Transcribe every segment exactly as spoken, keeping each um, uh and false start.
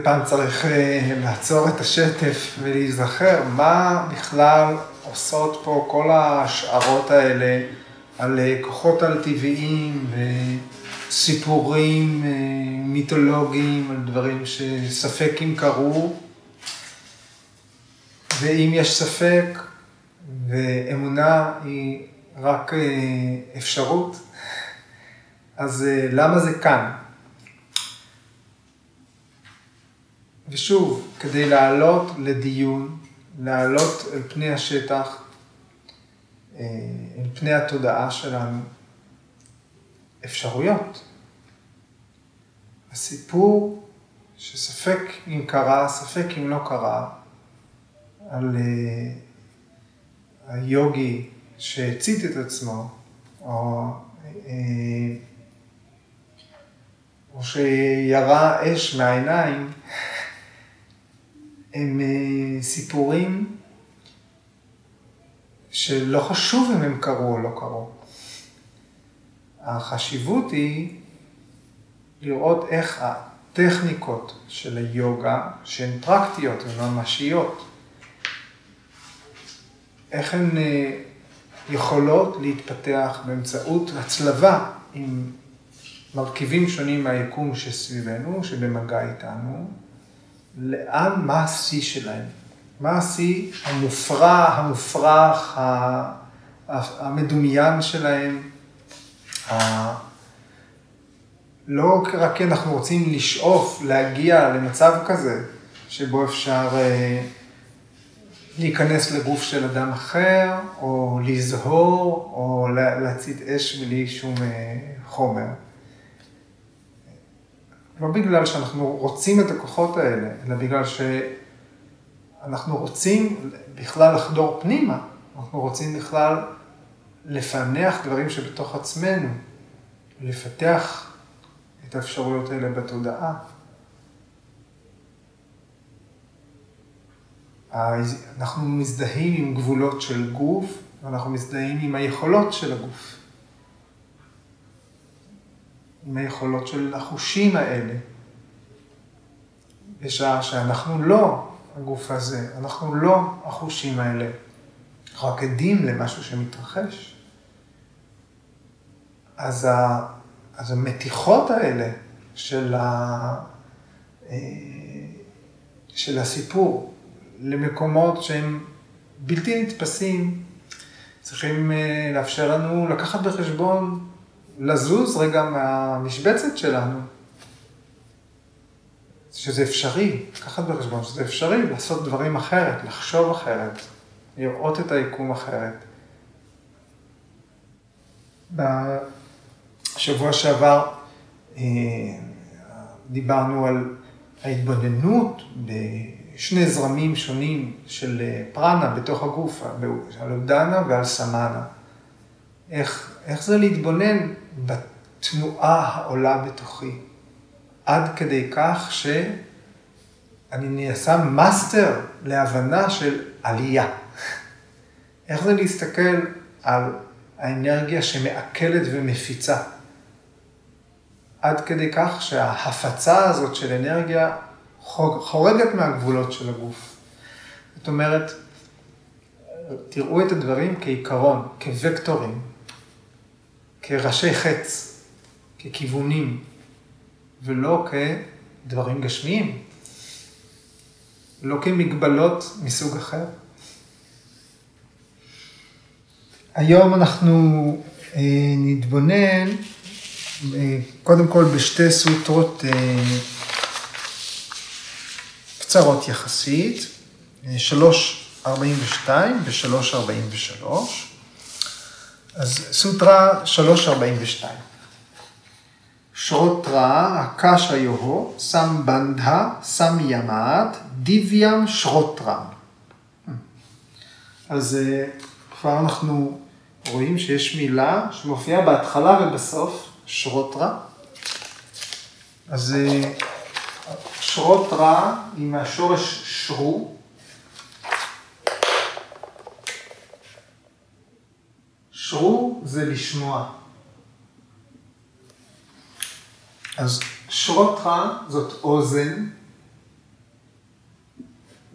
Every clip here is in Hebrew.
מדי פעם צריך לעצור את השטף ולהיזכר מה בכלל עושות פה כל ההשערות האלה על כוחות על טבעיים וסיפורים מיתולוגיים, על דברים שספק אם קרו, ואם יש ספק ואמונה היא רק אפשרות, אז למה זה כאן? ושוב, כדי לעלות לדיון, לעלות אל פני השטח, אל פני התודעה שלנו, אפשרויות. הסיפור שספק אם קרה, ספק אם לא קרה, על היוגי שהצית את עצמו, או, או שירה אש מהעיניים, הם סיפורים שלא חשוב אם הם קרו או לא קרו. החשיבות היא לראות איך הטכניקות של היוגה, שהן פרקטיות וממשיות, איך הן יכולות להתפתח באמצעות הצלבה עם מרכיבים שונים מהיקום שסביבנו, שבמגע איתנו, לאן, מה השיא שלהם? מה השיא המופרע, המופרך, המדומיין שלהם? לא רק כי אנחנו רוצים לשאוף, להגיע למצב כזה, שבו אפשר להיכנס לגוף של אדם אחר, או לזהור, או להצית אש בלי שום חומר. לא בגלל שאנחנו רוצים את הכוחות האלה, אלא בגלל שאנחנו רוצים בכלל לחדור פנימה. אנחנו רוצים בכלל לפענח דברים שבתוך עצמנו, לפתח את האפשרויות האלה בתודעה. אנחנו מזדהים עם גבולות של גוף, ואנחנו מזדהים עם היכולות של הגוף. עם היכולות של החושים האלה. בשעה שאנחנו לא הגוף הזה, אנחנו לא החושים האלה, רק עדים למשהו שמתרחש. אז, ה, אז המתיחות האלה של, ה, של הסיפור למקומות שהם בלתי נתפסים, צריכים לאפשר לנו לקחת בחשבון, לזוז רגע מהמשבצת שלנו, שזה אפשרי, לקחת בחשבון שזה אפשרי, לעשות דברים אחרת, לחשוב אחרת, לראות את היקום אחרת. בשבוע שעבר דיברנו על ההתבוננות בשני זרמים שונים של פרנה בתוך הגוף, על אודנה ועל סמנה. איך, איך זה להתבונן בתנועה העולה בתוכי, עד כדי כך שאני נעשה מאסטר להבנה של עלייה. איך זה להסתכל על האנרגיה שמעכלת ומפיצה, עד כדי כך שההפצה הזאת של אנרגיה חורגת מהגבולות של הגוף. זאת אומרת, תראו את הדברים כעיקרון, כווקטורים, כראשי חץ, ככיוונים, ולא כדברים גשמיים, לא כמגבלות מסוג אחר. היום אנחנו אה, נתבונן, אה, קודם כל בשתי סוטרות אה, קצרות יחסית, אה, שלוש ארבעים ושתיים ו-שלוש ארבעים ושלוש. אז סוטרה שלוש ארבעים ושתיים. שרוטרה, הקשה יוהו, סמבנדה, סמיימאת, דיוויאם שרוטרם. אז כבר אנחנו רואים שיש מילה שמופיעה בהתחלה ובסוף, שרוטרה. אז שרוטרה היא מהשורש שרו. שרו זה לשמוע. אז שרוטרה זאת אוזן,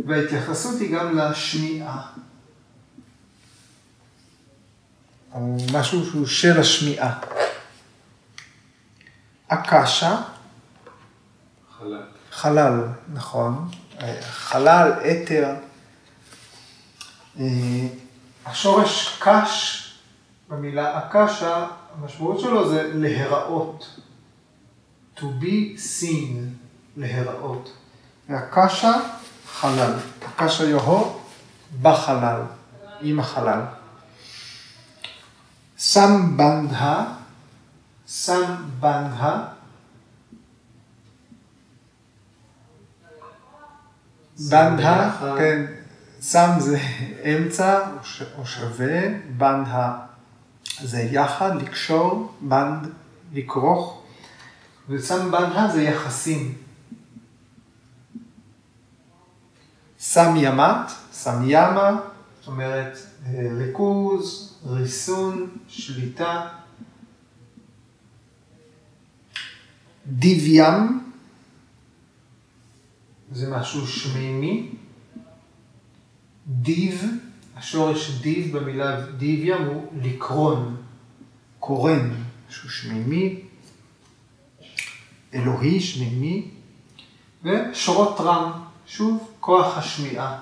וההתייחסות היא גם לשמיעה. או משהו שהוא של השמיעה. הקשה. חלל. חלל, נכון. חלל, אתר. השורש קש, במילה הקשה, המשמעות שלו זה להיראות. To be seen, להיראות. והקשה, חלל. הקשה יוהו, בחלל, עם החלל. סמבנדה, סמבנדה, בנדה, כן, סם זה אמצע או שווה, בנדה זה יחד, לקשור, בנד, לקרוך, וסמבנדה זה יחסים. סם ימת, סם ימה, זאת אומרת ריכוז, ריסון, שליטה. דיווים, זה משהו שמימי. דיב, השורש דיב במילה דיווים הוא לקרון, קורן, משהו שמימי. אלוהי, שמימי. ושורות רם, שוב, כוח השמיעה.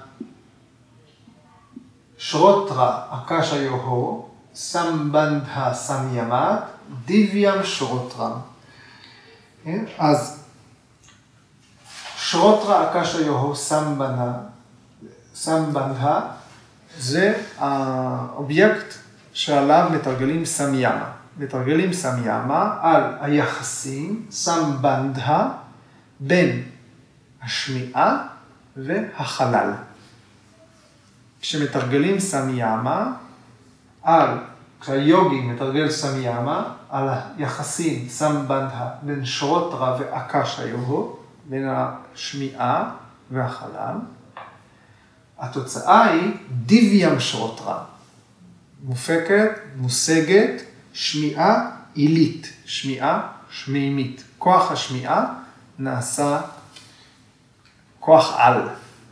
שרוטרה, הקשה יוהו, סמבנדה סמיימת, דיווים שרוטרה. אז שרוטרה, הקשה יוהו, סמבנדה, סמבנדה, זה האובייקט שעליו מתרגלים סמיימה. מתרגלים סמיימה על היחסים, סמבנדה, בין השמיעה והחלל. כשמתרגלים סמיימה, על, כשהיוגי מתרגל סמיימה, על היחסים סמבנדה בין שרוטרה ואקשה יוהו, בין השמיעה והחלל, התוצאה היא דיווים שרוטרה. מופקת, מושגת, שמיעה עילית, שמיעה שמימית. כוח השמיעה נעשה כוח על.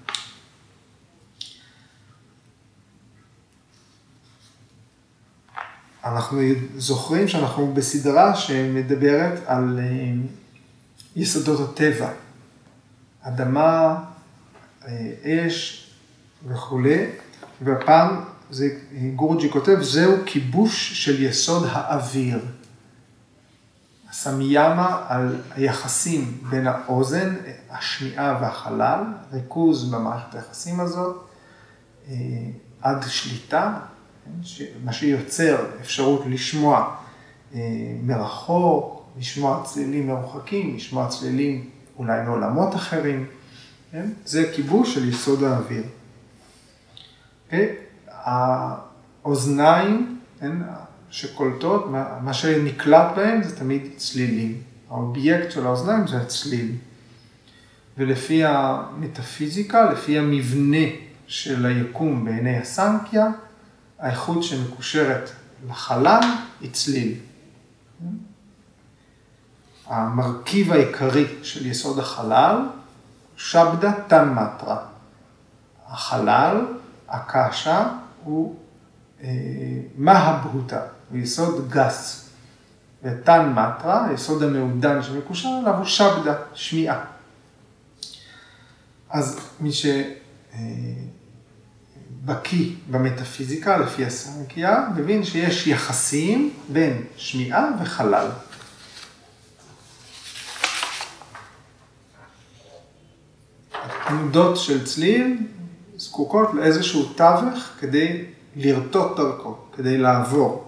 אנחנו זוכרים שאנחנו בסדרה שמדברת על יסודות הטבע, אדמה, אש וכו'. והפעם זה, גורג'י כותב, זהו כיבוש של יסוד האוויר. סמיימה על היחסים בין האוזן, השמיעה והחלל, ריכוז במערכת היחסים הזאת, עד שליטה, מה שיוצר אפשרות לשמוע מרחוק, לשמוע צלילים מרוחקים, לשמוע צלילים אולי מעולמות אחרים. זה כיבוש של יסוד האוויר. האוזניים שקולטות, מה שנקלט בהם זה תמיד צלילים. האובייקט של האוזניים זה הצליל. ולפי המטאפיזיקה, לפי המבנה של היקום בעיני הסנקיה, האיכות שמקושרת לחלל היא צליל. המרכיב העיקרי של יסוד החלל, שבדה תן מטרה. החלל, הקשה, הוא אה, מהבהותה, הוא יסוד גס. ותן מטרה, היסוד המעודן שמקושר אליו, הוא שבדה, שמיעה. אז מי שבקיא במטאפיזיקה, לפי הסנקיה, מבין שיש יחסים בין שמיעה וחלל. התנודות של צליל זקוקות לאיזשהו תווך כדי לרטוט דרכו, כדי לעבור.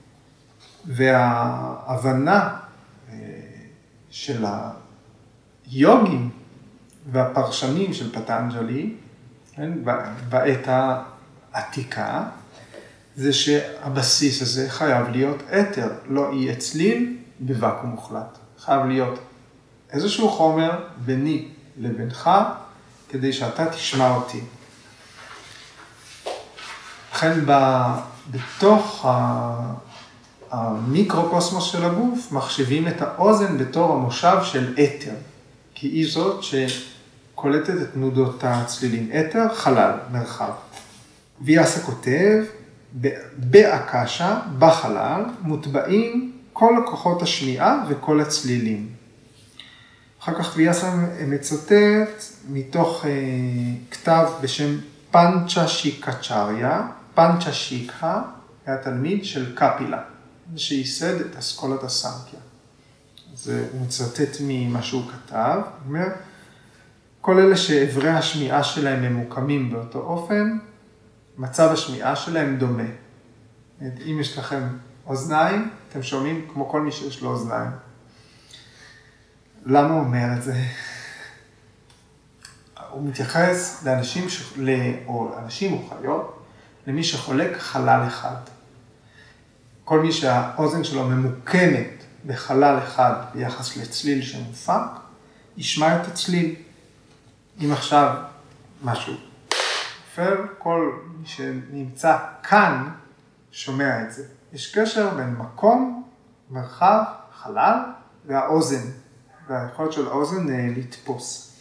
וההבנה של היוגים והפרשנים של פטנג'לי, בעת העתיקה, זה שהבסיס הזה חייב להיות אתר, לא יהיה צליל בוואקום מוחלט. חייב להיות איזשהו חומר ביני לבינך, כדי שאתה תשמע אותי. לכן בתוך המיקרוקוסמוס של הגוף, מחשבים את האוזן בתור המושב של אתר, כי היא זאת קולטת את תנודות הצלילים. אתר, חלל, מרחב. ויאסה כותב, באקשה, בחלל, מוטבעים כל כוחות השמיעה וכל הצלילים. אחר כך ויאסה מצטט מתוך אה, כתב בשם פנצ'ה שיקצ'ריה, פנצ'ה שיקה, היה תלמיד של קפילה, שייסד את אסכולת הסנקיה. אז הוא מצטט ממה שהוא כתב, הוא אומר, כל אלה שאיברי השמיעה שלהם ממוקמים באותו אופן, מצב השמיעה שלהם דומה. אם יש לכם אוזניים, אתם שומעים כמו כל מי שיש לו אוזניים. למה הוא אומר את זה? הוא מתייחס לאנשים, ש... או אנשים או חיות, למי שחולק חלל אחד. כל מי שהאוזן שלו ממוקמת בחלל אחד ביחס לצליל שמופק, ישמע את הצליל. אם עכשיו משהו נופל, כל מי שנמצא כאן שומע את זה. יש קשר בין מקום, מרחב, חלל והאוזן, והיכולת של האוזן לתפוס.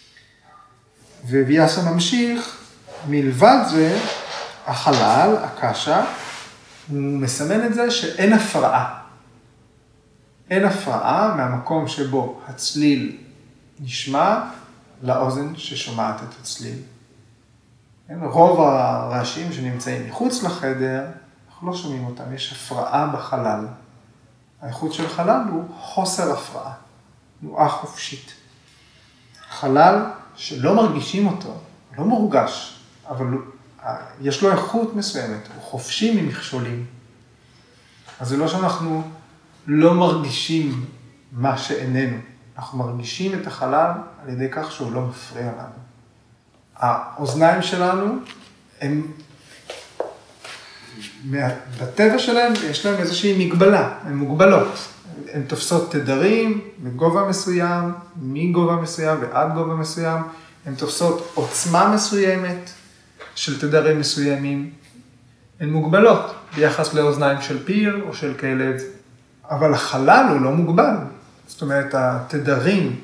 וויאסה ממשיך, מלבד זה, החלל, הקשה, הוא מסמן את זה שאין הפרעה. אין הפרעה מהמקום שבו הצליל נשמע לאוזן ששומעת את הצליל. רוב הרעשים שנמצאים מחוץ לחדר, אנחנו לא שומעים אותם, יש הפרעה בחלל. האיכות של חלל הוא חוסר הפרעה, תנועה חופשית. חלל שלא מרגישים אותו, לא מורגש, אבל יש לו איכות מסוימת, הוא חופשי ממכשולים. אז זה לא שאנחנו לא מרגישים מה שאיננו, אנחנו מרגישים את החלל על ידי כך שהוא לא מפריע לנו. האוזניים שלנו, הם, בטבע שלהם יש להם איזושהי מגבלה, הן מוגבלות. הן תופסות תדרים מגובה מסוים, מגובה מסוים ועד גובה מסוים, הן תופסות עוצמה מסוימת של תדרים מסוימים, הן מוגבלות ביחס לאוזניים של פיר או של כלב, אבל החלל הוא לא מוגבל. זאת אומרת, התדרים,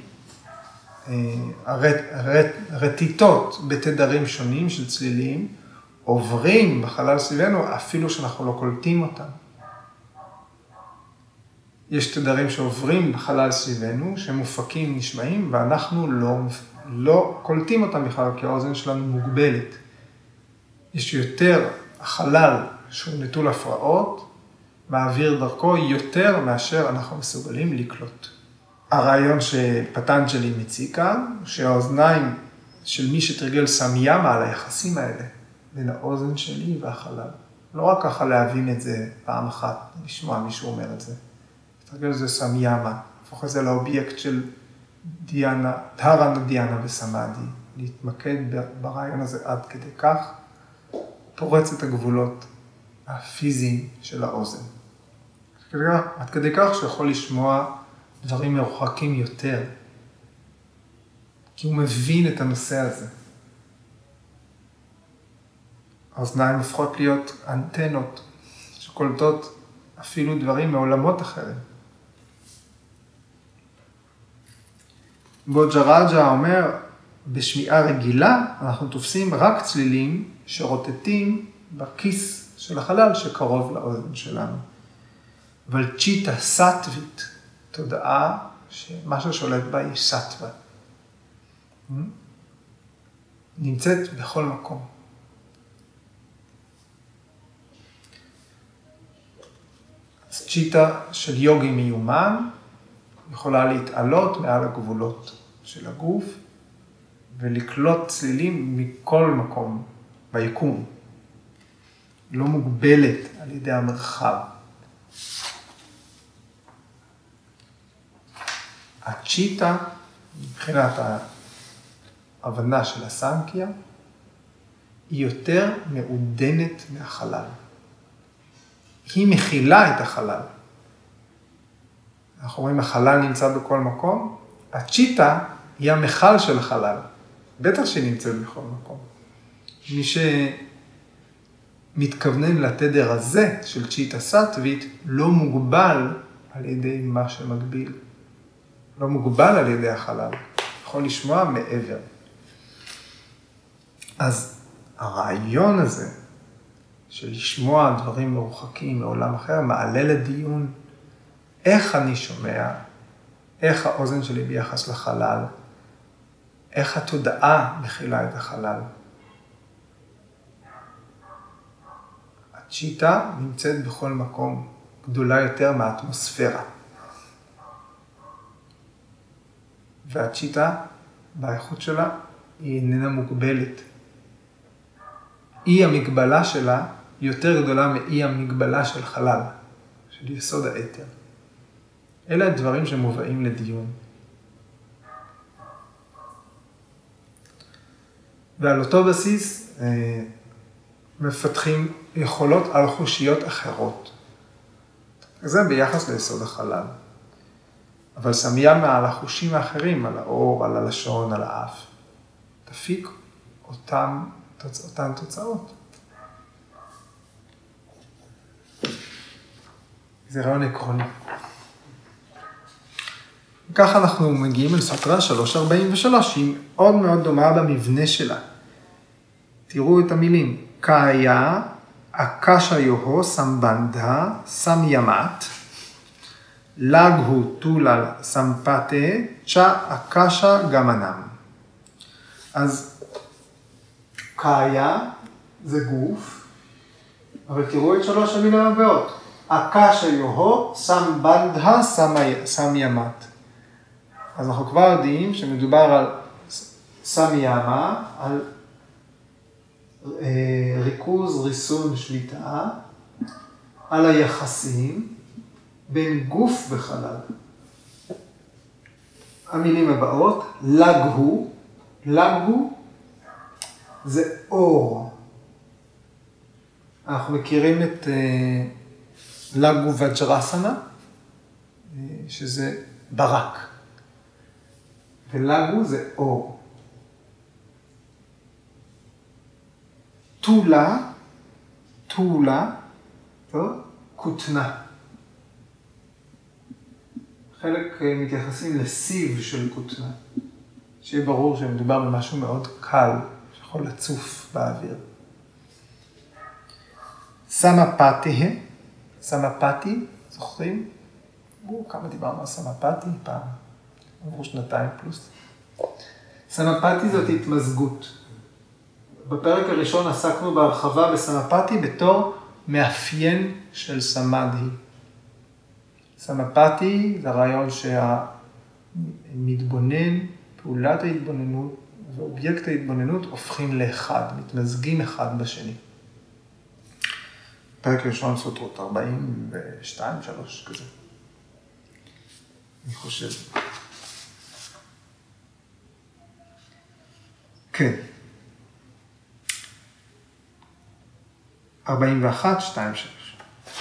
הרטיטות בתדרים שונים של צלילים, עוברים בחלל סביבנו אפילו שאנחנו לא קולטים אותם. יש תדרים שעוברים בחלל סביבנו, שהם מופקים, נשמעים, ואנחנו לא, לא קולטים אותם בכלל, כי האוזן שלנו מוגבלת. יש יותר החלל שהוא נטול הפרעות, מעביר דרכו יותר מאשר אנחנו מסוגלים לקלוט. הרעיון שפטנג'לי מציג כאן, שהאוזניים של מי שתרגל סמיימה על היחסים האלה, בין האוזן שלי והחלל. לא רק ככה להבין את זה פעם אחת, לשמוע מישהו אומר את זה. תרגל זה סמיימה, הפוך את זה לאובייקט של דיאנה, דהרנה דיאנה וסמאדי, להתמקד ברעיון הזה עד כדי כך, פורץ את הגבולות הפיזיים של האוזן. עד כדי כך שיכול לשמוע דברים מרוחקים יותר, כי הוא מבין את הנושא הזה. האוזניים הופכות להיות אנטנות שקולטות אפילו דברים מעולמות אחרים. בוג'ראג'ה אומר, בשמיעה רגילה אנחנו תופסים רק צלילים שרוטטים בכיס של החלל שקרוב לאוזן שלנו. אבל צ'יטה סטווית, תודעה שמה ששולט בה היא סטווה. נמצאת בכל מקום. צ'יטה של יוגי מיומן יכולה להתעלות מעל הגבולות של הגוף ולקלוט צלילים מכל מקום ביקום. לא מוגבלת על ידי המרחב. הצ'יטה, מבחינת ההבנה של הסנקיה, היא יותר מעודנת מהחלל. היא מכילה את החלל. אנחנו רואים, החלל נמצא בכל מקום, הצ'יטה היא המכל של החלל. בטח שהיא נמצאת בכל מקום. מי שמתכוונן לתדר הזה של צ'יטה סטווית, לא מוגבל על ידי מה שמגביל. לא מוגבל על ידי החלל. יכול לשמוע מעבר. אז הרעיון הזה של לשמוע דברים מרוחקים מעולם אחר, מעלה לדיון איך אני שומע, איך האוזן שלי ביחס לחלל, איך התודעה מכילה את החלל. הצ'יטה נמצאת בכל מקום, גדולה יותר מהאטמוספירה. והצ'יטה, באיכות שלה, היא איננה מוגבלת. אי המגבלה שלה יותר גדולה מאי המגבלה של חלל, של יסוד האתר. אלה הדברים שמובאים לדיון. ועל אותו בסיס מפתחים יכולות על-חושיות אחרות. זה ביחס ליסוד החלל. אבל שמים מעל החושים האחרים, על האור, על הלשון, על האף. תפיק אותם, אותן תוצאות. זה רעיון עקרוני. וכך אנחנו מגיעים אל סוטרה שלוש ארבעים ושלוש, שהיא מאוד מאוד דומה במבנה שלה. תראו את המילים. קאיה, אקשה יוהו, סמבנדה, סמיימת, לגהו טולל סמפתה, צ'ה אקשה גמנם. אז קאיה זה גוף, אבל תראו את שלוש המילים הבאות. אקשה יוהו, סמבנדה, סמיימת. אז אנחנו כבר יודעים שמדובר על סמיימה, על ריכוז, ריסון, שליטה, על היחסים בין גוף וחלל. המילים הבאות, לגהו, לגהו זה אור. אנחנו מכירים את לגהו וג'רסנה, שזה ברק. ולגהו זה אור. טולה, טולה, טוב? כותנה. חלק מתייחסים לסיב של כותנה. שיהיה ברור שמדובר במשהו מאוד קל, שיכול לצוף באוויר. סמפתי, סמפתי, זוכרים? או, כמה דיברנו על סמפתי פעם? עברו שנתיים פלוס. סמפתי זאת התמזגות. בפרק הראשון עסקנו בהרחבה בסמפתי בתור מאפיין של סמדהי. סמפתי זה הרעיון שהמתבונן, פעולת ההתבוננות ואובייקט ההתבוננות הופכים לאחד, מתמזגים אחד בשני. פרק ראשון סוטרות ארבעים ושתיים שלוש כזה. אני חושב. כן. ארבעים ואחת, שתיים, שלוש.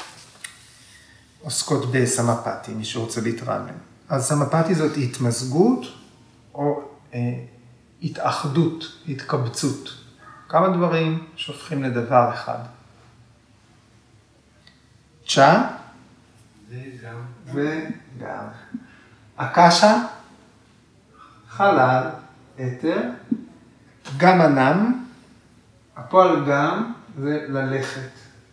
עוסקות בסמפתי, מי שרוצה להתרענן. אז סמפתי זאת התמזגות או אה, התאחדות, התקבצות. כמה דברים שהופכים לדבר אחד. צ'ה וגם. וגם. אקשה, חלל, אתר, גמנם, הפועל גם זה ללכת.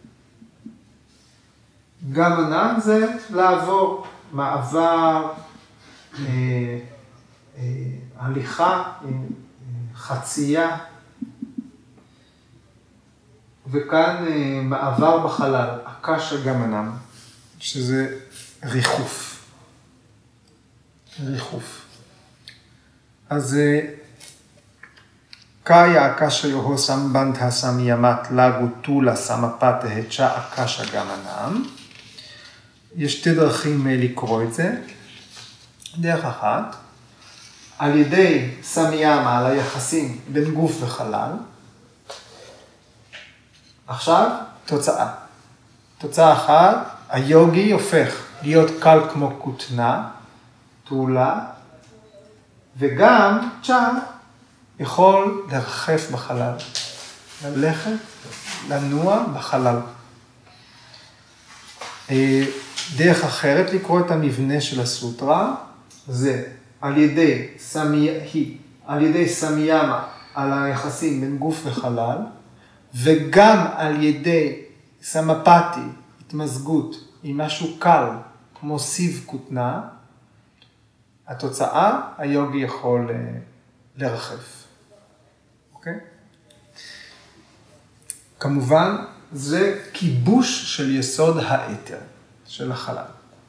גמנם זה לעבור, מעבר, אה, אה, הליכה, אה, חצייה, וכאן אה, מעבר בחלל, אקשה גמנם, שזה ריחוף. ריחוף. אז קאיה אקשה יוהו סמבנדה סמיימת לגו טולה סמפתה צ'ה אקשה גמנם. יש שתי דרכים לקרוא את זה. דרך אחת, על ידי סמיימה, על היחסים בין גוף וחלל. עכשיו, תוצאה. תוצאה אחת, היוגי הופך להיות קל כמו כותנה, טולה, וגם צ'ה יכול לרחף בחלל, ללכת, לנוע בחלל. דרך אחרת לקרוא את המבנה של הסוטרה, זה על ידי סמי... על ידי סמיאמה על היחסים בין גוף וחלל, וגם על ידי סמפתי, התמזגות עם משהו קל, כמו סיב כותנה, התוצאה, היוגי יכול לרחף. אוקיי? כמובן, זה כיבוש של יסוד האתר, של החלל.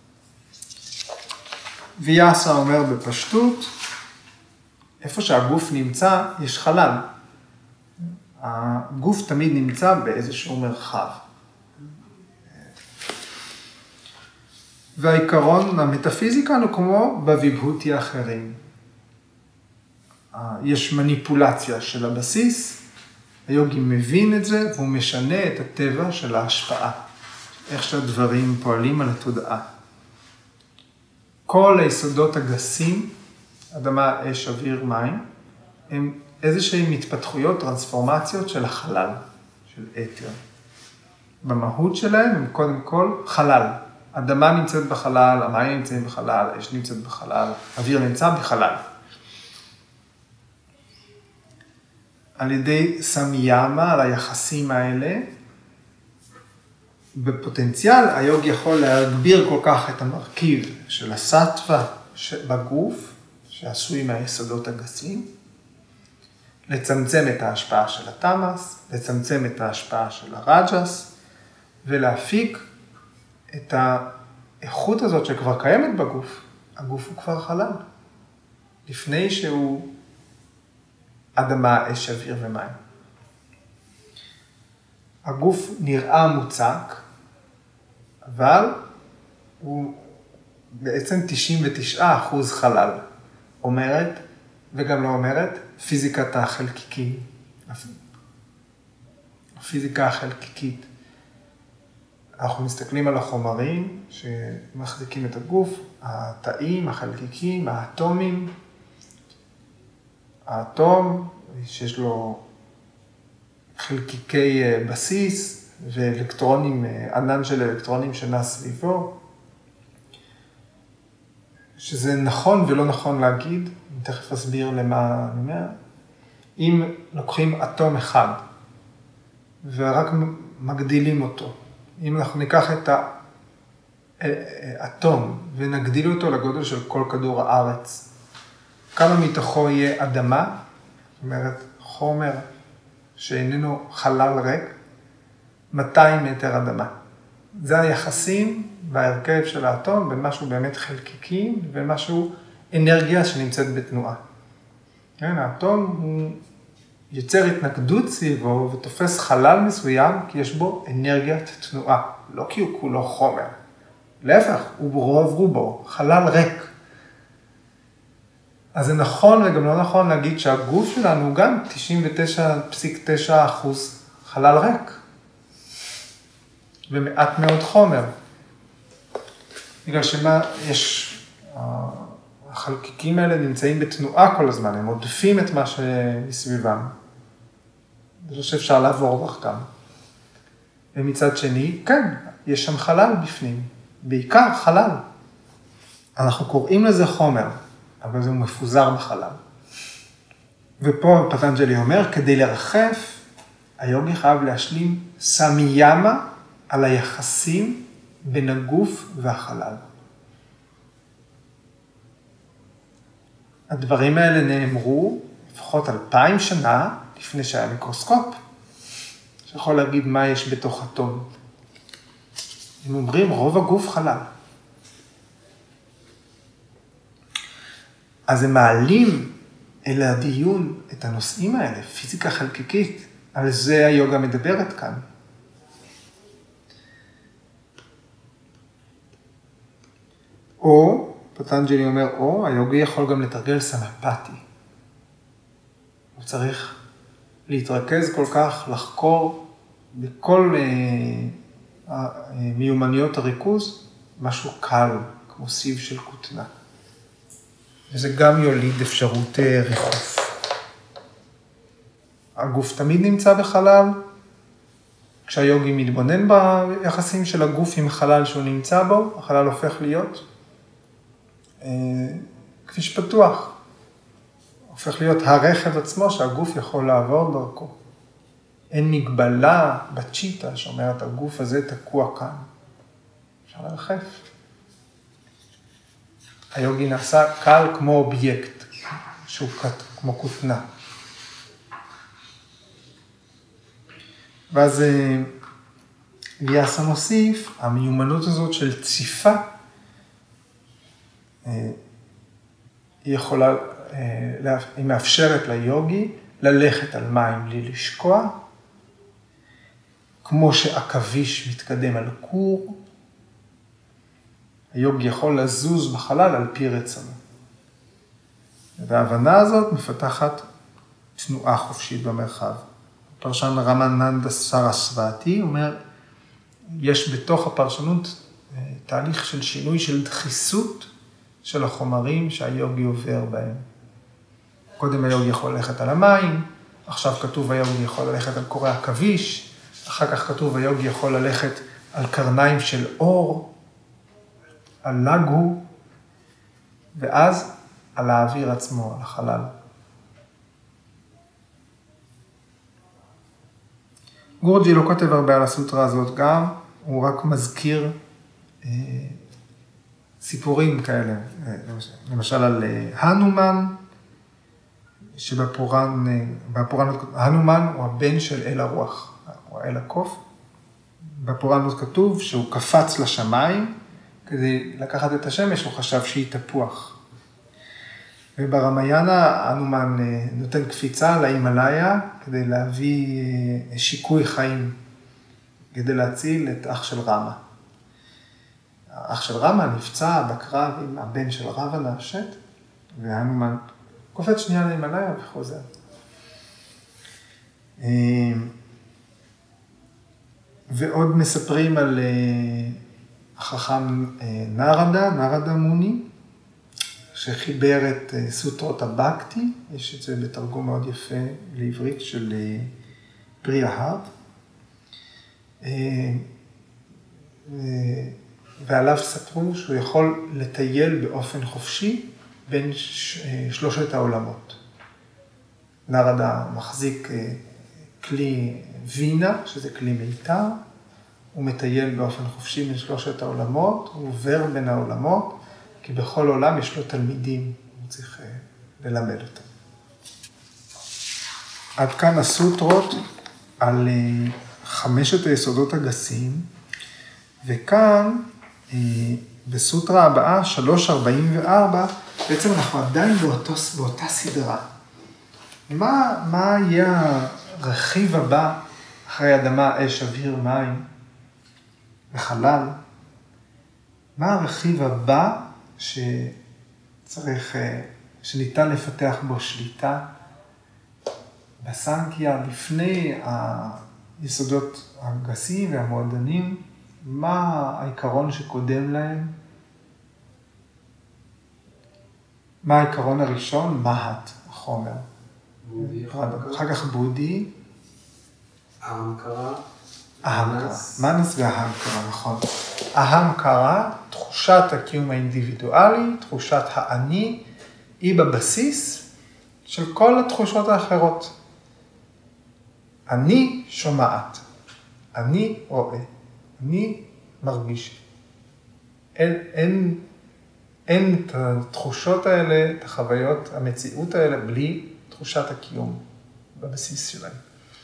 ויאסה אומר בפשטות, איפה שהגוף נמצא, יש חלל. הגוף תמיד נמצא באיזשהו מרחב. והעיקרון המטאפיזיקה הוא כמו בוויבהותי האחרים. יש מניפולציה של הבסיס, היוגי מבין את זה, והוא משנה את הטבע של ההשפעה, איך שהדברים פועלים על התודעה. כל היסודות הגסים, אדמה, אש, אוויר, מים, הם איזושהי התפתחויות, טרנספורמציות של החלל, של אתר. במהות שלהם הם קודם כל חלל. אדמה נמצאת בחלל, המים נמצאים בחלל, אש נמצאת בחלל, אוויר נמצא בחלל. על ידי סמיאמה, על היחסים האלה, בפוטנציאל, היוג יכול להגביר כל כך את המרכיב של הסטווה בגוף, שעשוי מהיסודות הגסים, לצמצם את ההשפעה של התמאס, לצמצם את ההשפעה של הרג'ס, ולהפיק את האיכות הזאת שכבר קיימת בגוף. הגוף הוא כבר חלל, לפני שהוא אדמה, אש, אוויר ומים. הגוף נראה מוצק, אבל הוא בעצם תשעים ותשעה אחוז חלל. אומרת, וגם לא אומרת, פיזיקת החלקיקים. הפיזיקה החלקיקית. אנחנו מסתכלים על החומרים שמחזיקים את הגוף, התאים, החלקיקים, האטומים. האטום, שיש לו חלקיקי בסיס ואלקטרונים, ענן של אלקטרונים שנע סביבו, שזה נכון ולא נכון להגיד, אני תכף אסביר למה אני אומר. אם לוקחים אטום אחד ורק מגדילים אותו, אם אנחנו ניקח את האטום ונגדיל אותו לגודל של כל כדור הארץ, כמה מתוכו יהיה אדמה, זאת אומרת חומר שאיננו חלל ריק, מאתיים מטר אדמה. זה היחסים וההרכב של האטום בין משהו באמת חלקיקי ובין משהו אנרגיה שנמצאת בתנועה. כן, האטום הוא יוצר התנגדות סביבו ותופס חלל מסוים כי יש בו אנרגיית תנועה, לא כי הוא כולו חומר. להפך, הוא ברוב רובו, חלל ריק. אז זה נכון וגם לא נכון להגיד שהגוף שלנו הוא גם תשעים ותשע נקודה תשע אחוז חלל ריק. ומעט מאוד חומר. בגלל שמה יש, החלקיקים האלה נמצאים בתנועה כל הזמן, הם עודפים את מה שמסביבם. זה לא שאפשר לעבור דרכם. ומצד שני, כן, יש שם חלל בפנים, בעיקר חלל. אנחנו קוראים לזה חומר, אבל זה מפוזר בחלל. ופה פטנג'לי אומר, כדי לרחף, היוגי חייב להשלים סמיאמה על היחסים בין הגוף והחלל. הדברים האלה נאמרו לפחות אלפיים שנה לפני שהיה מיקרוסקופ, שיכול להגיד מה יש בתוך אטום. הם אומרים, רוב הגוף חלל. אז הם מעלים אל הדיון את הנושאים האלה, פיזיקה חלקיקית, על זה היוגה מדברת כאן. או, פטנג'לי אומר, או, היוגי יכול גם לתרגל סמפתי. הוא צריך להתרכז כל כך, לחקור בכל אה, אה, מיומנויות הריכוז, משהו קל, כמו סיב של כותנה. וזה גם יוליד אפשרות אה, ריחוף. הגוף תמיד נמצא בחלל, כשהיוגי מתבונן ביחסים של הגוף עם חלל שהוא נמצא בו, החלל הופך להיות כביש פתוח. הופך להיות הרכב עצמו שהגוף יכול לעבור דרכו. אין מגבלה בצ'יטה שאומרת, הגוף הזה תקוע כאן. אפשר לרחף. היוגי נעשה קל כמו אובייקט, שהוא כמו כותנה. ואז ויאסה מוסיף, המיומנות הזאת של ציפה, היא יכולה, היא מאפשרת ליוגי ללכת על מים בלי לשקוע, כמו שעכביש מתקדם על קור, היוגי יכול לזוז בחלל על פי רצונו. וההבנה הזאת מפתחת תנועה חופשית במרחב. הפרשן רמננדה סרסוותי אומר, יש בתוך הפרשנות תהליך של שינוי של דחיסות של החומרים שהיוגי עובר בהם. קודם היוגי יכול ללכת על המים, עכשיו כתוב היוגי יכול ללכת על קורי עכביש, אחר כך כתוב היוגי יכול ללכת על קרניים של אור, על לגו, ואז על האוויר עצמו, על החלל. גורג'י לא כותב הרבה על הסוטרה הזאת גם, הוא רק מזכיר אה, סיפורים כאלה, אה, למשל על אה, הנומן, שבפורן, אה, בפורן, הנומן הוא הבן של אל הרוח, הוא אל הקוף. בפורנות כתוב שהוא קפץ לשמיים, כדי לקחת את השמש, הוא חשב שהיא תפוח. וברמיינה, הנומן נותן קפיצה להימאליה, כדי להביא שיקוי חיים, כדי להציל את אח של רמה. האח של רמה נפצע בקרב עם הבן של רבנה, השט, והנומן קופץ שנייה להימאליה וחוזר. ועוד מספרים על החכם נרדה, נרדה מוני, שחיבר את סוטרות הבקטי, יש את זה בתרגום מאוד יפה לעברית של פרי ההארט, ועליו ספרו שהוא יכול לטייל באופן חופשי בין שלושת העולמות. נרדה מחזיק כלי וינה, שזה כלי מיתר, הוא מטייל באופן חופשי בין שלושת העולמות, הוא עובר בין העולמות, כי בכל עולם יש לו תלמידים, הוא צריך ללמד אותם. עד כאן הסוטרות על חמשת היסודות הגסים, וכאן בסוטרה הבאה, שלוש ארבעים וארבע, בעצם אנחנו עדיין באותו, באותה סדרה. מה, מה יהיה הרכיב הבא אחרי אדמה, אש, אוויר, מים וחלל? מה הרכיב הבא שצריך, שניתן לפתח בו שליטה בסנקיה לפני היסודות הגסים והמועדנים? מה העיקרון שקודם להם? מה העיקרון הראשון? מהת, החומר. בודי, אחר כך בודי. אהמקרה. אהמקרה. מנס והאהמקרה, נכון. אהמקרה, תחושת הקיום האינדיבידואלי, תחושת האני, היא בבסיס של כל התחושות האחרות. אני שומעת, אני רואה, אני מרגיש. אין, אין, אין את התחושות האלה, את החוויות, המציאות האלה, בלי תחושת הקיום בבסיס שלהם.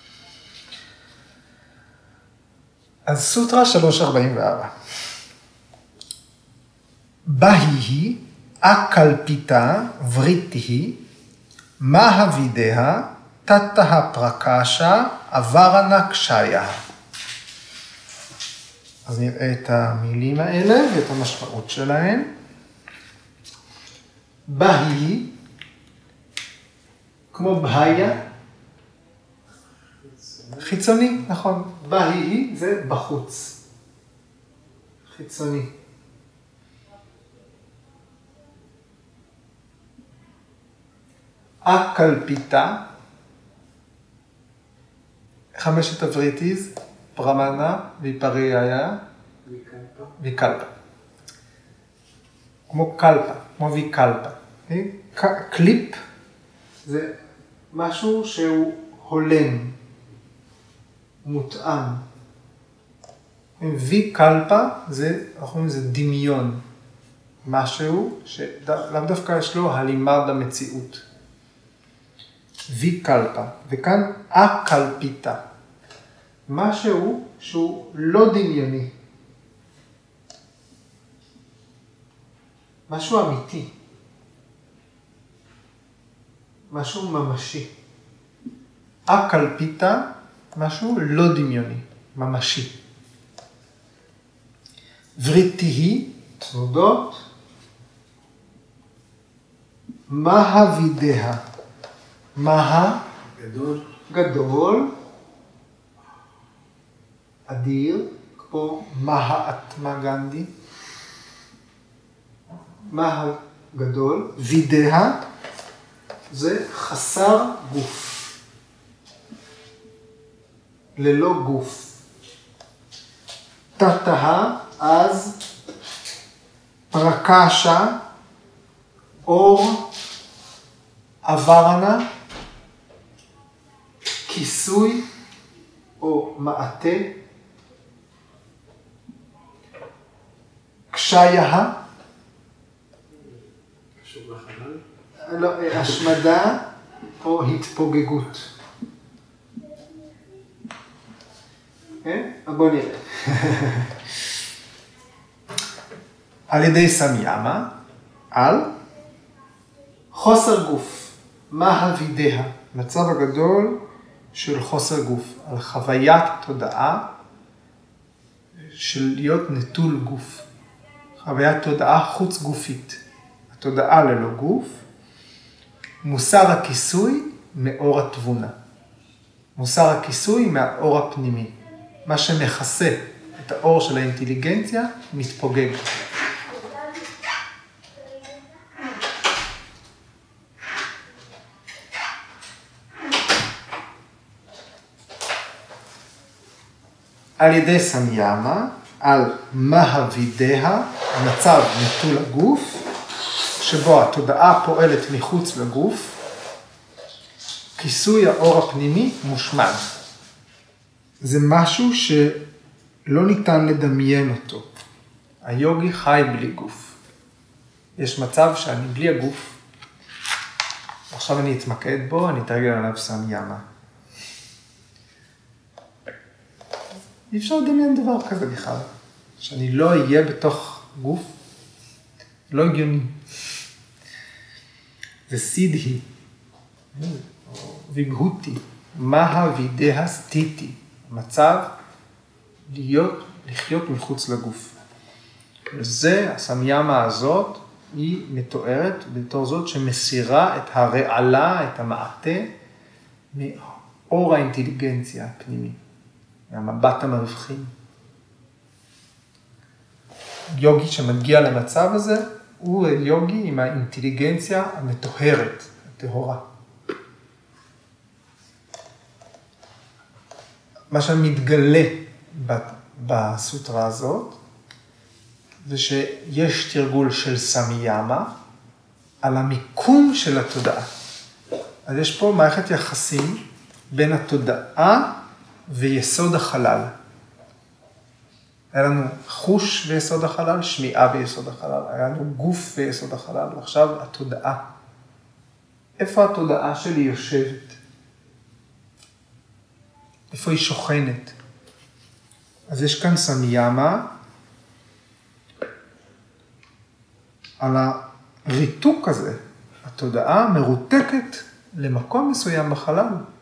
אז סוטרה שלוש ארבעים וארבע. בהי אקלפיתה וריטי מהווידיה תתא פרקשה אברנה קשיה. אז נראה את המילים האלה ואת המשמעות שלהן. בהי, כמו בהיה, חיצוני, נכון. בהי זה בחוץ. חיצוני. אקלפיתה, חמשת הווריטיז, פרמנה ויפרייה ויקלפה. ויקלפה. כמו קלפה, כמו ויקלפה. קליפ זה משהו שהוא הולם, מותאם. ויקלפה זה, אנחנו אומרים, זה דמיון. משהו שלאו דווקא יש לו הלימה במציאות. ויקלפה, וכאן אקלפיתה. משהו שהוא לא דמיוני. משהו אמיתי. משהו ממשי. אקלפיתה, משהו לא דמיוני, ממשי. וריתיהי, תנודות, מהווידיה. מה? גדול. גדול. אדיר, כמו מהאטמה גנדי. מה גדול. וידיה זה חסר גוף. ללא גוף. תתה אז פרקשה אור עברנה כיסוי או מעטה קשיה קשור לחלל? לא, השמדה או התפוגגות. כן? בוא נראה. על ידי סמיאמה, על חוסר גוף, מהווידיה, מצב הגדול של חוסר גוף, על חוויית תודעה של להיות נטול גוף, חוויית תודעה חוץ גופית, התודעה ללא גוף, מוסר הכיסוי מאור התבונה, מוסר הכיסוי מהאור הפנימי, מה שמכסה את האור של האינטליגנציה מתפוגג. על ידי סמיאמה, על מהווידיה, מצב נטול הגוף, שבו התודעה פועלת מחוץ לגוף, כיסוי האור הפנימי מושמד. זה משהו שלא ניתן לדמיין אותו. היוגי חי בלי גוף. יש מצב שאני בלי הגוף, עכשיו אני אתמקד בו, אני אתרגל עליו סמיאמה. אי אפשר לדמיין דבר כזה בכלל, שאני לא אהיה בתוך גוף, לא הגיוני. זה סידהי, ויגהותי, מהווידיה סתיתי, מצב להיות, לחיות מחוץ לגוף. וזה, הסמיאמה הזאת, היא מתוארת בתור זאת שמסירה את הרעלה, את המעטה, מאור האינטליגנציה הפנימי. מהמבט המבחין. יוגי שמגיע למצב הזה, הוא יוגי עם האינטליגנציה המטוהרת, הטהורה. מה שמתגלה בסוטרה הזאת, זה שיש תרגול של סמיאמה על המיקום של התודעה. אז יש פה מערכת יחסים בין התודעה ויסוד החלל. היה לנו חוש ביסוד החלל, שמיעה ביסוד החלל, היה לנו גוף ביסוד החלל, ועכשיו התודעה. איפה התודעה שלי יושבת? איפה היא שוכנת? אז יש כאן סמיאמה על הריתוק הזה. התודעה מרותקת למקום מסוים בחלל.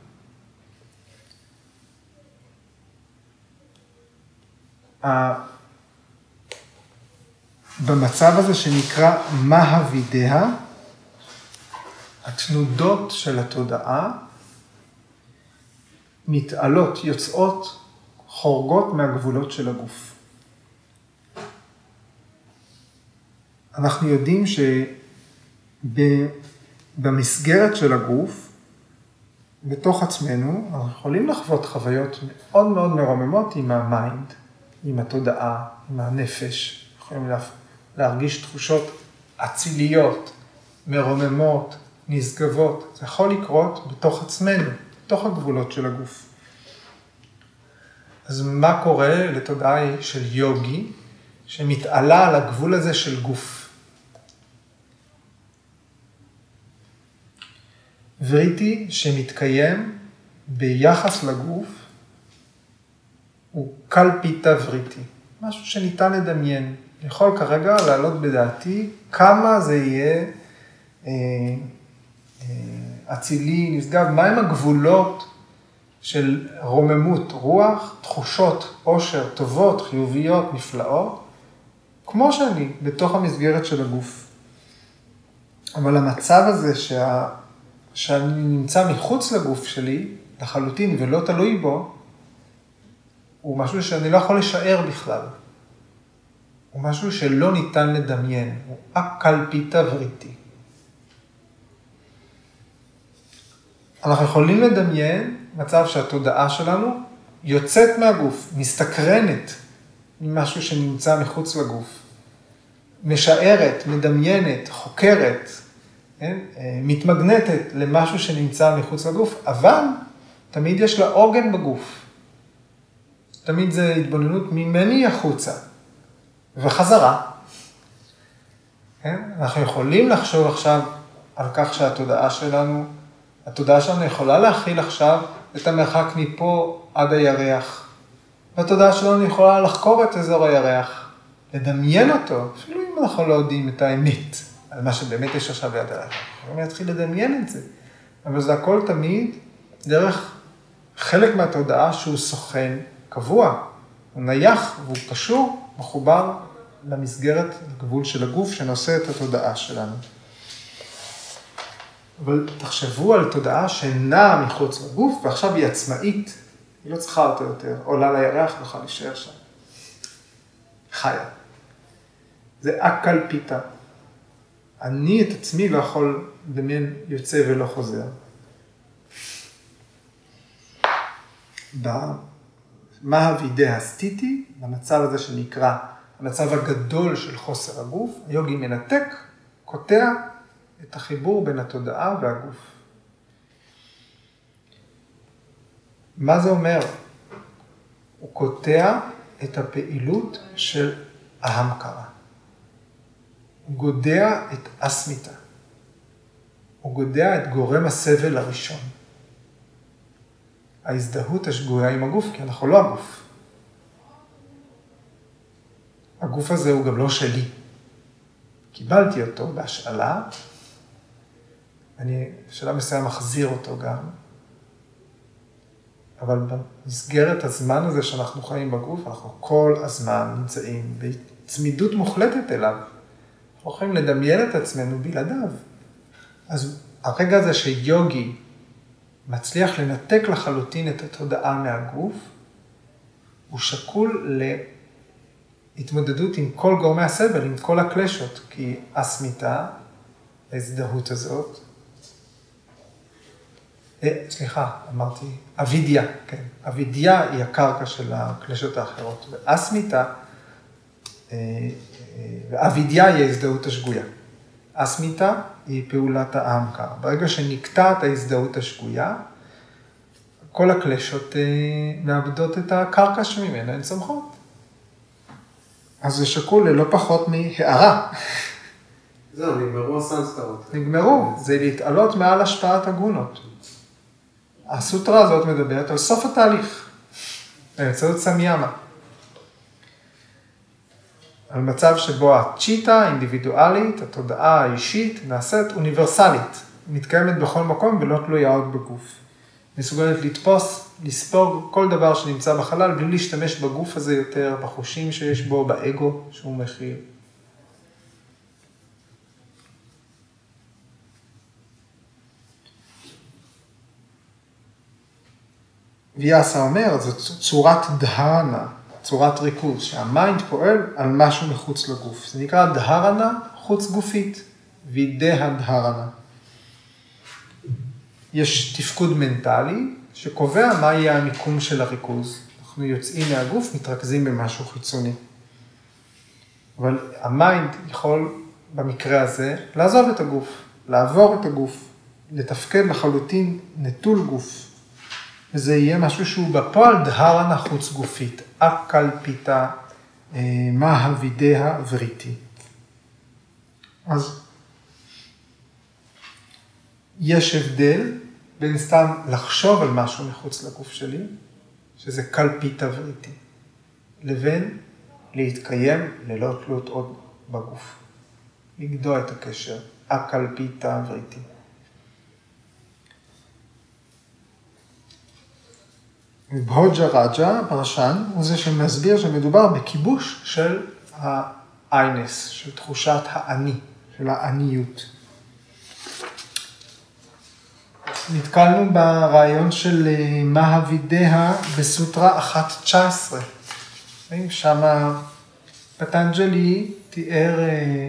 במצב הזה שנקרא מהווידיה, התנודות של התודעה מתעלות, יוצאות, חורגות מהגבולות של הגוף. אנחנו יודעים שבמסגרת של הגוף, בתוך עצמנו, אנחנו יכולים לחוות חוויות מאוד מאוד מרוממות עם המיינד, עם התודעה, עם הנפש. יכולים להרגיש תחושות אציליות, מרוממות, נשגבות. זה יכול לקרות בתוך עצמנו, בתוך הגבולות של הגוף. אז מה קורה לתודעה של יוגי, שמתעלה על הגבול הזה של גוף? וריטי שמתקיים ביחס לגוף, הוא קלפיטה וריטי, משהו שניתן לדמיין. אני יכול כרגע לעלות בדעתי כמה זה יהיה אה, אה, אצילי, נשגב, מהם הגבולות של רוממות, רוח, תחושות, עושר, טובות, חיוביות, נפלאות, כמו שאני, בתוך המסגרת של הגוף. אבל המצב הזה שה, שאני נמצא מחוץ לגוף שלי, לחלוטין ולא תלוי בו, הוא משהו שאני לא יכול לשער בכלל. הוא משהו שלא ניתן לדמיין, הוא אקלפיטה וריטי. אנחנו יכולים לדמיין מצב שהתודעה שלנו יוצאת מהגוף, מסתקרנת ממשהו שנמצא מחוץ לגוף, משערת, מדמיינת, חוקרת, כן? מתמגנטת למשהו שנמצא מחוץ לגוף, אבל תמיד יש לה עוגן בגוף. תמיד זה התבוננות ממני החוצה וחזרה. כן? אנחנו יכולים לחשוב עכשיו על כך שהתודעה שלנו, התודעה שלנו יכולה להכיל עכשיו את המרחק מפה עד הירח. והתודעה שלנו יכולה לחקור את אזור הירח, לדמיין אותו, אפילו אם אנחנו לא יודעים את האמת, על מה שבאמת יש עכשיו ליד הירח. אנחנו נתחיל לדמיין את זה. אבל זה הכל תמיד דרך חלק מהתודעה שהוא סוכן קבוע, הוא נייח והוא קשור, מחובר למסגרת הגבול של הגוף שנושא את התודעה שלנו. אבל תחשבו על תודעה שנעה מחוץ לגוף, ועכשיו היא עצמאית, היא לא צריכה אותו יותר, עולה לירח ויכולה להישאר שם. חיה. זה אקלפיטה. אני את עצמי לא יכול לדמיין יוצא ולא חוזר. במהווידה הסתיתי, במצב הזה שנקרא המצב הגדול של חוסר הגוף, היוגי מנתק, קוטע את החיבור בין התודעה והגוף. מה זה אומר? הוא קוטע את הפעילות של ההמקרה. הוא גודע את אסמיתה. הוא גודע את גורם הסבל הראשון. ההזדהות השגויה עם הגוף, כי אנחנו לא הגוף. הגוף הזה הוא גם לא שלי. קיבלתי אותו בהשאלה, אני בשלב מסוים מחזיר אותו גם, אבל במסגרת הזמן הזה שאנחנו חיים בגוף, אנחנו כל הזמן נמצאים בצמידות מוחלטת אליו. אנחנו יכולים לדמיין את עצמנו בלעדיו. אז הרגע הזה שיוגי מצליח לנתק לחלוטין את התודעה מהגוף, הוא שקול להתמודדות עם כל גורמי הסבל, עם כל הקלשות, כי אסמיתה, ההזדהות הזאת, אה, סליחה, אמרתי, אבידיה, כן, אבידיה היא הקרקע של הקלשות האחרות, ואסמיתה, אה, אה, ואבידיה היא ההזדהות השגויה. אסמיתה היא פעולת ההמקרה. ברגע שנקטעת ההזדהות השגויה, כל הקלשות אה, מאבדות את הקרקע שממנה הן צומחות. אז זה שקול ללא פחות מהערה. זהו, נגמרו הסנסקרות. נגמרו, זה להתעלות מעל השפעת הגונות. הסוטרה הזאת מדברת על סוף התהליך, באמצעות סמיאמה. על מצב שבו הצ'יטה האינדיבידואלית, התודעה האישית, נעשית אוניברסלית, מתקיימת בכל מקום ולא תלויה עוד בגוף. מסוגלת לתפוס, לספוג כל דבר שנמצא בחלל, בלי להשתמש בגוף הזה יותר, בחושים שיש בו, באגו שהוא מכיל. ויאסה אומר, זו צורת דהרנה, צורת ריכוז, שהמיינד פועל על משהו מחוץ לגוף. זה נקרא דהרנה חוץ גופית, וידה הדהרנה. יש תפקוד מנטלי שקובע מה יהיה המיקום של הריכוז. אנחנו יוצאים מהגוף, מתרכזים במשהו חיצוני. אבל המיינד יכול במקרה הזה לעזוב את הגוף, לעבור את הגוף, לתפקד לחלוטין נטול גוף. וזה יהיה משהו שהוא בפועל דהרנה חוץ גופית, אקלפיתא מהווידאה וריתי. אז יש הבדל בין סתם לחשוב על משהו מחוץ לגוף שלי, שזה קלפיתא וריתי, לבין להתקיים ללא תלות עוד בגוף. לגדוע את הקשר, אקלפיתא וריתי. בהוג'ה רג'ה, הפרשן, הוא זה שמסביר שמדובר בכיבוש של האיינס, של תחושת האני, של האניות. נתקלנו ברעיון של מהווידאה בסוטרה אחת תשע עשרה. שם פטנג'לי תיאר,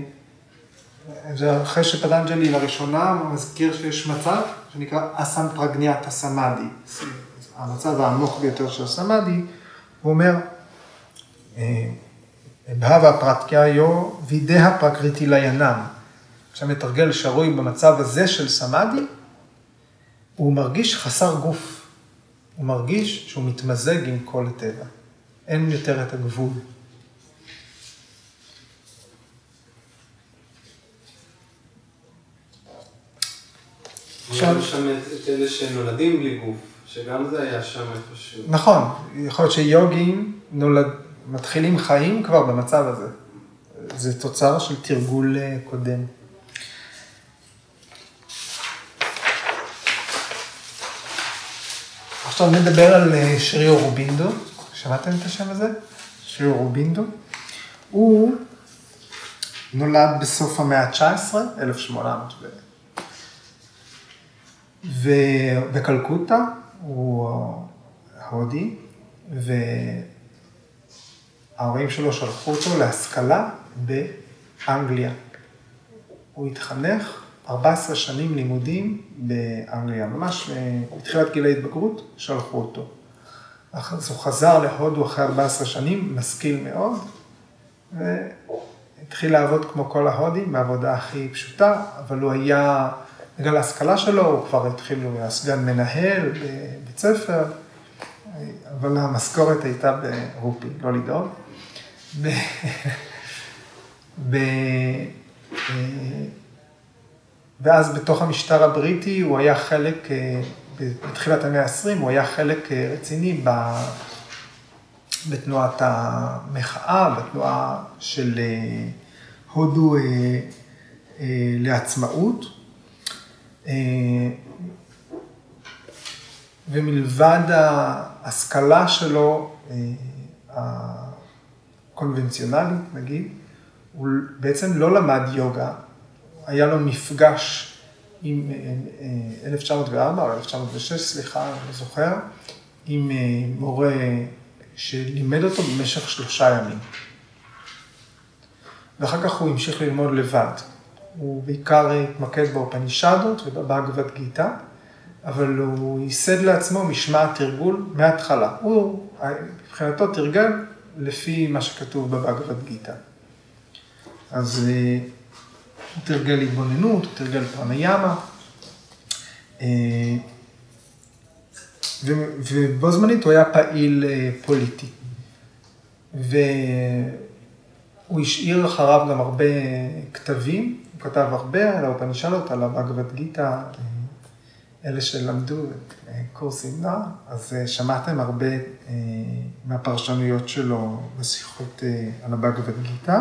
אחרי שפטנג'לי לראשונה מזכיר שיש מצב שנקרא אסמפרגניאטה סמאדי. המצב העמוק ביותר של סמאדי, הוא אומר, בהווה פרטקיו וידאה פרקריטי ליינם. כשהמתרגל שרוי במצב הזה של סמאדי, הוא מרגיש חסר גוף. הוא מרגיש שהוא מתמזג עם כל הטבע. אין יותר את הגבול. עכשיו, שם את אלה שנולדים בלי גוף, שגם זה היה שם איפשהו. נכון, יכול להיות שיוגים נולד, מתחילים חיים כבר במצב הזה. זה תוצר של תרגול קודם. עכשיו נדבר על שרי אורובינדו. שמעתם את השם הזה? שרי אורובינדו. הוא נולד בסוף המאה ה-תשע עשרה, אלף שמונה מאות. ובקלקוטה הוא הודי, וההורים שלו שלחו אותו להשכלה באנגליה. הוא התחנך ארבע עשרה שנים לימודים באנגליה, ממש בתחילת גיל ההתבגרות שלחו אותו. אז הוא חזר להודו אחרי ארבע עשרה שנים, משכיל מאוד, והתחיל לעבוד כמו כל ההודים, בעבודה הכי פשוטה, אבל הוא היה, בגלל ההשכלה שלו, הוא כבר התחיל, הוא היה סגן מנהל בבית ספר, אבל המשכורת הייתה ברופי, לא לדאוג. ב... ב... ואז בתוך המשטר הבריטי הוא היה חלק, בתחילת המאה ה-עשרים, הוא היה חלק רציני בתנועת המחאה, בתנועה של הודו לעצמאות. ומלבד ההשכלה שלו, הקונבנציונלית נגיד, הוא בעצם לא למד יוגה, היה לו מפגש עם אלף תשע מאות וארבע או אלף תשע מאות ושש, סליחה, אני זוכר, עם מורה שלימד אותו במשך שלושה ימים. ואחר כך הוא המשיך ללמוד לבד. הוא בעיקר התמקד באופנישדות ובבהגבד גיטה, אבל הוא ייסד לעצמו משמעת תרגול מההתחלה. הוא, מבחינתו, תרגל לפי מה שכתוב בבהגבד גיטה. אז הוא תרגל התבוננות, הוא תרגל פרניאמה, ובו זמנית הוא היה פעיל פוליטי. והוא השאיר אחריו גם הרבה כתבים, הוא כתב הרבה על האופנישדות, על הבהגבד גיטה, אלה שלמדו את קורס אמונה, אז שמעתם הרבה מהפרשנויות שלו בשיחות על הבהגבד גיטה.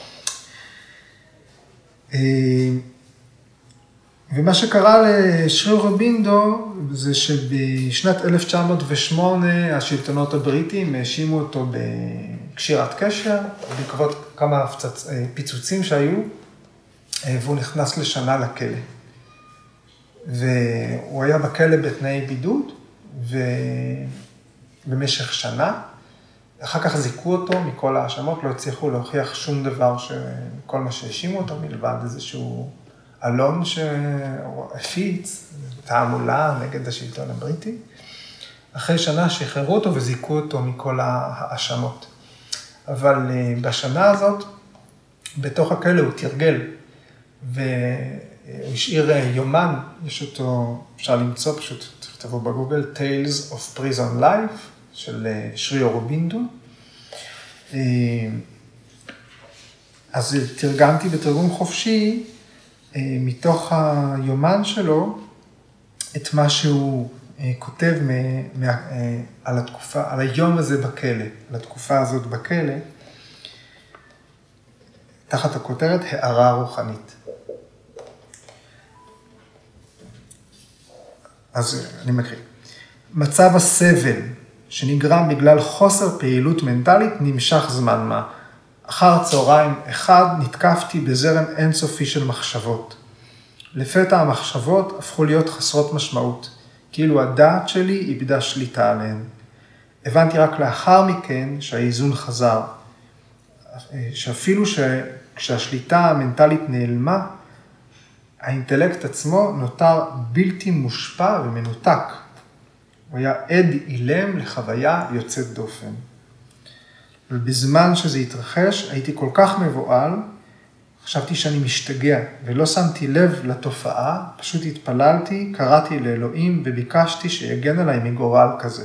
ומה שקרה לשרי אורובינדו זה שבשנת אלף תשע מאות ושמונה השלטונות הבריטים האשימו אותו בקשירת קשר, בעקבות כמה פיצוצים שהיו, והוא נכנס לשנה לכלא. והוא היה בכלא בתנאי בידוד, ובמשך שנה, אחר כך זיקו אותו מכל האשמות, לא הצליחו להוכיח שום דבר שכל מה שהאשימו אותו, מלבד איזשהו אלון שהפיץ, תעמולה נגד השלטון הבריטי. אחרי שנה שחררו אותו וזיקו אותו מכל האשמות. אבל בשנה הזאת, בתוך הכלא הוא תרגל, הוא השאיר יומן, יש אותו, אפשר למצוא, פשוט תבוא בגוגל, Tales of Prison Life, של שרי אורובינדו. אז תרגמתי בתרגום חופשי, מתוך היומן שלו, את מה שהוא כותב על התקופה, על היום הזה בכלא, על התקופה הזאת בכלא, תחת הכותרת הערה רוחנית. אז אני מקריא. מצב הסבל שנגרם בגלל חוסר פעילות מנטלית נמשך זמן מה. אחר צהריים אחד נתקפתי בזרם אינסופי של מחשבות. לפתע המחשבות הפכו להיות חסרות משמעות, כאילו הדעת שלי איבדה שליטה עליהן. הבנתי רק לאחר מכן שהאיזון חזר, שאפילו שכשהשליטה המנטלית נעלמה, האינטלקט עצמו נותר בלתי מושפע ומנותק. הוא היה עד אילם לחוויה יוצאת דופן. ובזמן שזה התרחש, הייתי כל כך מבועל, חשבתי שאני משתגע, ולא שמתי לב לתופעה, פשוט התפללתי, קראתי לאלוהים וביקשתי שיגן עליי מגורל כזה.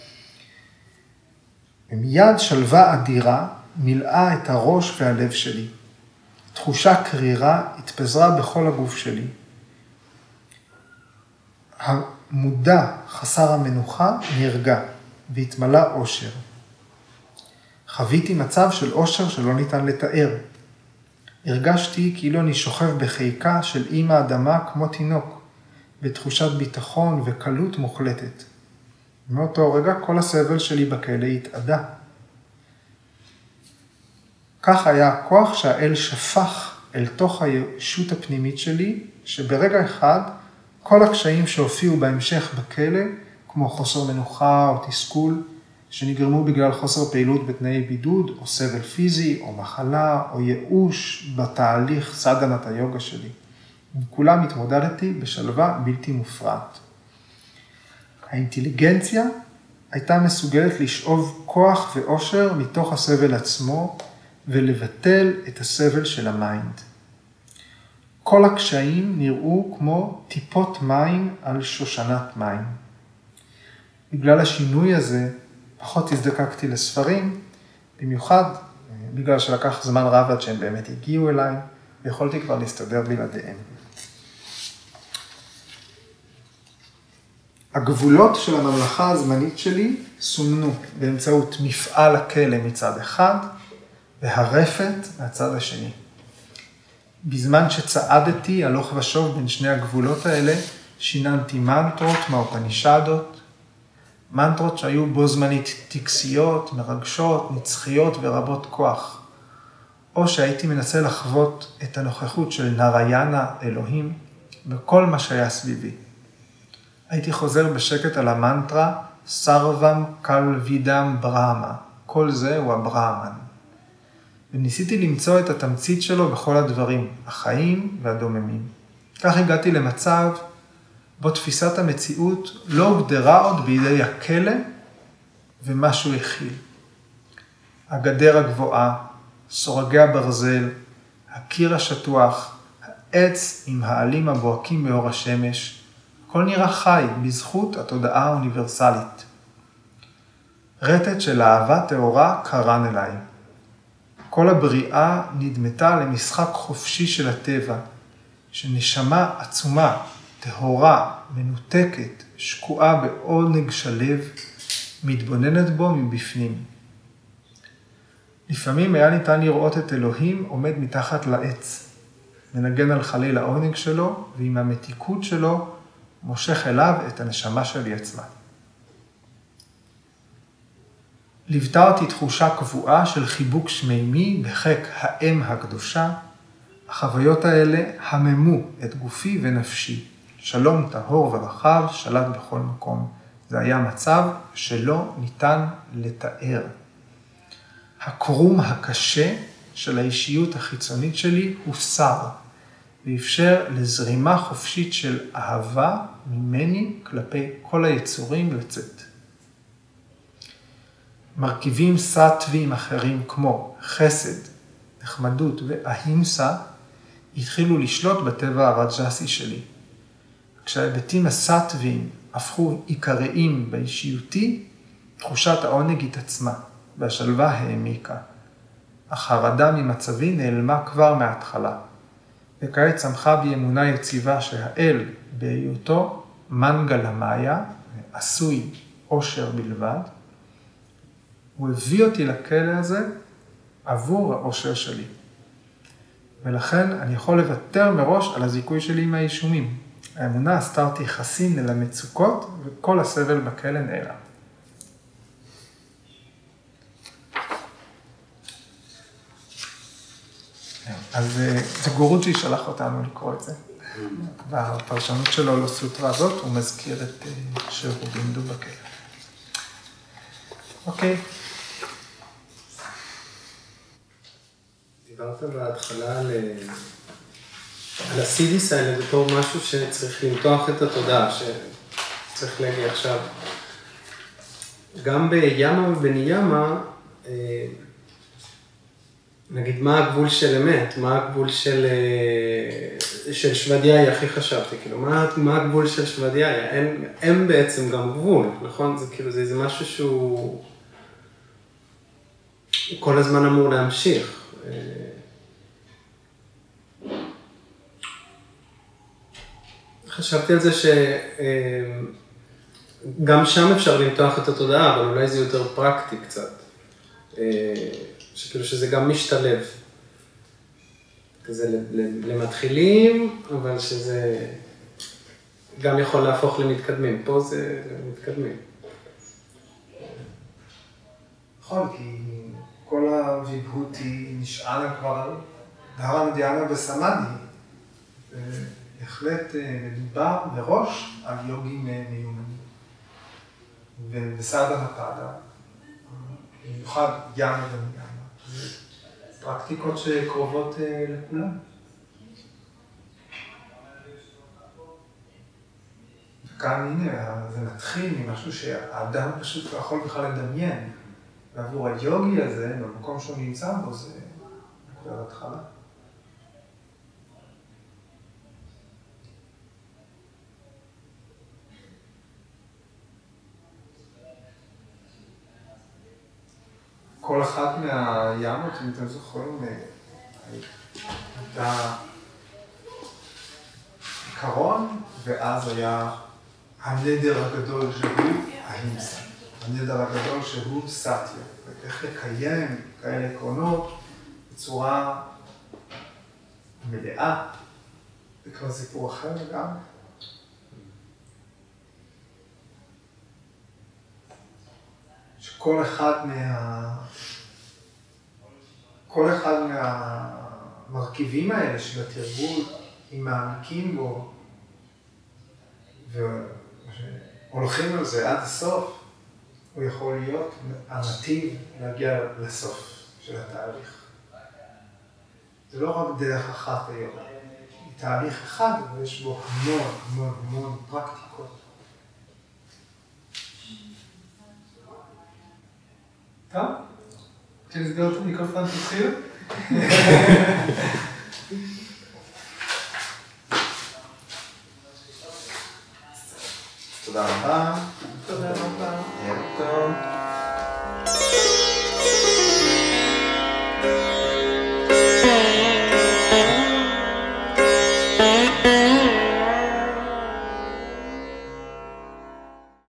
ומיד שלווה אדירה מילאה את הראש והלב שלי. תחושה קרירה התפזרה בכל הגוף שלי. המודע חסר המנוחה נרגע והתמלא אושר. חוויתי מצב של אושר שלא ניתן לתאר. הרגשתי כאילו אני שוכב בחיקה של אמא אדמה כמו תינוק, בתחושת ביטחון וקלות מוחלטת. מאותו רגע כל הסבל שלי בכלא התאדה. כך היה הכוח שהאל שפך אל תוך הישות הפנימית שלי, שברגע אחד כל הקשיים שהופיעו בהמשך בכלא, כמו חוסר מנוחה או תסכול, שנגרמו בגלל חוסר פעילות בתנאי בידוד, או סבל פיזי, או מחלה, או ייאוש בתהליך סדנת היוגה שלי. עם כולם התמודדתי בשלווה בלתי מופרעת. האינטליגנציה הייתה מסוגלת לשאוב כוח ואושר מתוך הסבל עצמו, ולבטל את הסבל של המיינד. כל הקשיים נראו כמו טיפות מים על שושנת מים. בגלל השינוי הזה, פחות הזדקקתי לספרים, במיוחד בגלל שלקח זמן רב עד שהם באמת הגיעו אליי, ויכולתי כבר להסתדר בלעדיהם. הגבולות של הממלכה הזמנית שלי סומנו באמצעות מפעל הכלא מצד אחד, והרפת מהצד השני. בזמן שצעדתי הלוך ושוב בין שני הגבולות האלה, שיננתי מנטרות מהאופנישדות, מנטרות שהיו בו זמנית טקסיות, מרגשות, נצחיות ורבות כוח. או שהייתי מנסה לחוות את הנוכחות של נריינה, אלוהים, בכל מה שהיה סביבי. הייתי חוזר בשקט על המנטרה, סרוום קלווידם ברהמה. כל זה הוא הברהמן. וניסיתי למצוא את התמצית שלו בכל הדברים, החיים והדוממים. כך הגעתי למצב בו תפיסת המציאות לא הוגדרה עוד בידי הכלא ומשהו הכיל. הגדר הגבוהה, סורגי הברזל, הקיר השטוח, העץ עם העלים הבוהקים באור השמש, הכל נראה חי בזכות התודעה האוניברסלית. רטט של אהבה טהורה קרן אליי. כל הבריאה נדמתה למשחק חופשי של הטבע, שנשמה עצומה, טהורה, מנותקת, שקועה בעונג שלב, מתבוננת בו מבפנים. לפעמים היה ניתן לראות את אלוהים עומד מתחת לעץ, מנגן על חליל העונג שלו, ועם המתיקות שלו מושך אליו את הנשמה שלי עצמה. ליוותה אותי תחושה קבועה של חיבוק שמימי בחק האם הקדושה. החוויות האלה הממו את גופי ונפשי. שלום טהור ורחב שלט בכל מקום. זה היה מצב שלא ניתן לתאר. הקרום הקשה של האישיות החיצונית שלי הוסר, ואפשר לזרימה חופשית של אהבה ממני כלפי כל היצורים לצאת. מרכיבים סטוויים אחרים כמו חסד, נחמדות ואהימסה התחילו לשלוט בטבע הרג'סי שלי. כשההיבטים הסטוויים הפכו עיקריים באישיותי, תחושת העונג התעצמה, והשלווה העמיקה. החרדה ממצבי נעלמה כבר מההתחלה, וכעת צמחה בי אמונה יציבה שהאל בהיותו מנגל המאיה, עשוי עושר בלבד, הוא הביא אותי לכלא הזה עבור העושר שלי. ולכן אני יכול לוותר מראש על הזיכוי שלי מהאישומים. האמונה עשתה אותי חסין אל המצוקות, וכל הסבל בכלא נעלם. אז זה גורוג'י שלח אותנו לקרוא את זה. בפרשנות שלו לסוטרה הזאת, הוא מזכיר את שרובינדו בכלא. אוקיי. דיברת בהתחלה על, על הסידיס האלה בתור משהו שצריך למתוח את התודעה, שצריך להגיע עכשיו. גם בימה ובניאמה, נגיד מה הגבול של אמת, מה הגבול של, של שוודאי, הכי חשבתי, כאילו, מה, מה הגבול של שוודאי? אין, אין בעצם גם גבול, נכון? זה כאילו, זה, זה משהו שהוא כל הזמן אמור להמשיך. חשבתי על זה שגם שם אפשר למתוח את התודעה, אבל אולי זה יותר פרקטי קצת. שכאילו שזה גם משתלב. כזה למתחילים, אבל שזה גם יכול להפוך למתקדמים. פה זה מתקדמים. נכון, כי כל הוויבהותי נשען כבר על דהרנה דיאנה וסמאדי. בהחלט מדובר מראש על יוגים מיומנים. ובסעדה הפעדה, במיוחד ימה ומיאמה. פרקטיקות שקרובות לכולם. וכאן הנה, זה מתחיל ממשהו שהאדם פשוט לא יכול בכלל לדמיין. ועבור היוגי הזה, במקום שהוא נמצא בו, זה נקודת התחלה. כל אחת מהימות, אם אתם זוכרים, הייתה עיקרון, ואז היה הנדר הגדול שהוא ההימסה. הנדר הגדול שהוא סטיה. איך לקיים כאלה עקרונות בצורה מלאה. זה כבר סיפור אחר לגמרי. שכל אחד מה... כל אחד מהמרכיבים האלה של התרגול, אם מעמיקים בו והולכים על זה עד הסוף, הוא יכול להיות הנתיב להגיע לסוף של התהליך. זה לא רק דרך אחת היום, היא תהליך אחד, אבל יש בו המון, המון, המון פרקטיקות. טוב? רוצים לסגור את המיקרופון תתחילו?